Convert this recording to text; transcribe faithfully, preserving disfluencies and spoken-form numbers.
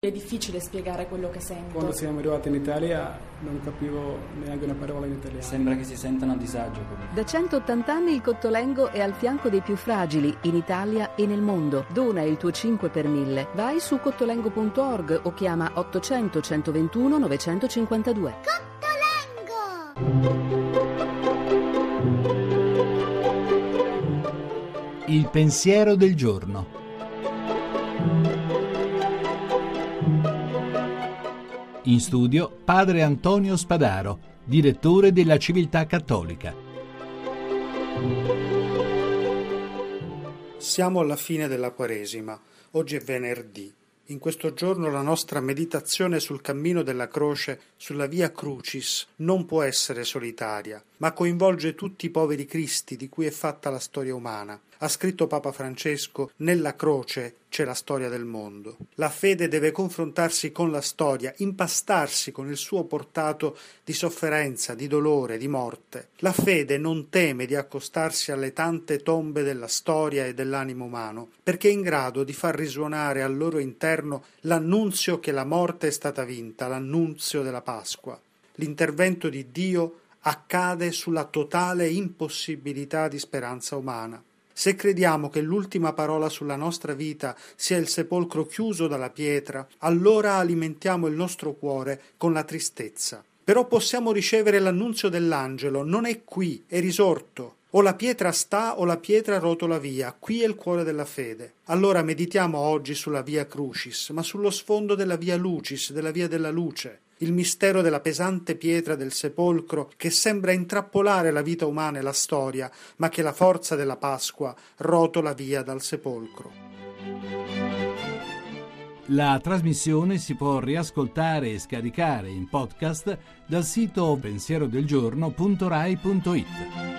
È difficile spiegare quello che sento. Quando siamo arrivati in Italia non capivo neanche una parola in italiano. Sembra che si sentano a disagio. Da centottanta anni il Cottolengo è al fianco dei più fragili in Italia e nel mondo. Dona il tuo cinque per mille. Vai su cottolengo punto org o chiama ottocento centoventuno novecentocinquantadue. Cottolengo! Il pensiero del giorno. In studio padre Antonio Spadaro, direttore della Civiltà Cattolica. Siamo alla fine della Quaresima. Oggi è venerdì. In questo giorno la nostra meditazione sul cammino della croce, sulla Via Crucis, non può essere solitaria, ma coinvolge tutti i poveri cristi di cui è fatta la storia umana. Ha scritto Papa Francesco: nella croce c'è la storia del mondo. La fede deve confrontarsi con la storia, impastarsi con il suo portato di sofferenza, di dolore, di morte. La fede non teme di accostarsi alle tante tombe della storia e dell'animo umano, perché è in grado di far risuonare al loro interno l'annunzio che la morte è stata vinta, l'annunzio della Pasqua. L'intervento di Dio accade sulla totale impossibilità di speranza umana. Se crediamo che l'ultima parola sulla nostra vita sia il sepolcro chiuso dalla pietra, allora alimentiamo il nostro cuore con la tristezza. Però possiamo ricevere l'annunzio dell'angelo: non è qui, è risorto. O la pietra sta o la pietra rotola via, qui è il cuore della fede. Allora meditiamo oggi sulla Via Crucis, ma sullo sfondo della Via Lucis, della Via della Luce. Il mistero della pesante pietra del sepolcro che sembra intrappolare la vita umana e la storia, ma che la forza della Pasqua rotola via dal sepolcro. La trasmissione si può riascoltare e scaricare in podcast dal sito pensierodelgiorno punto rai punto it.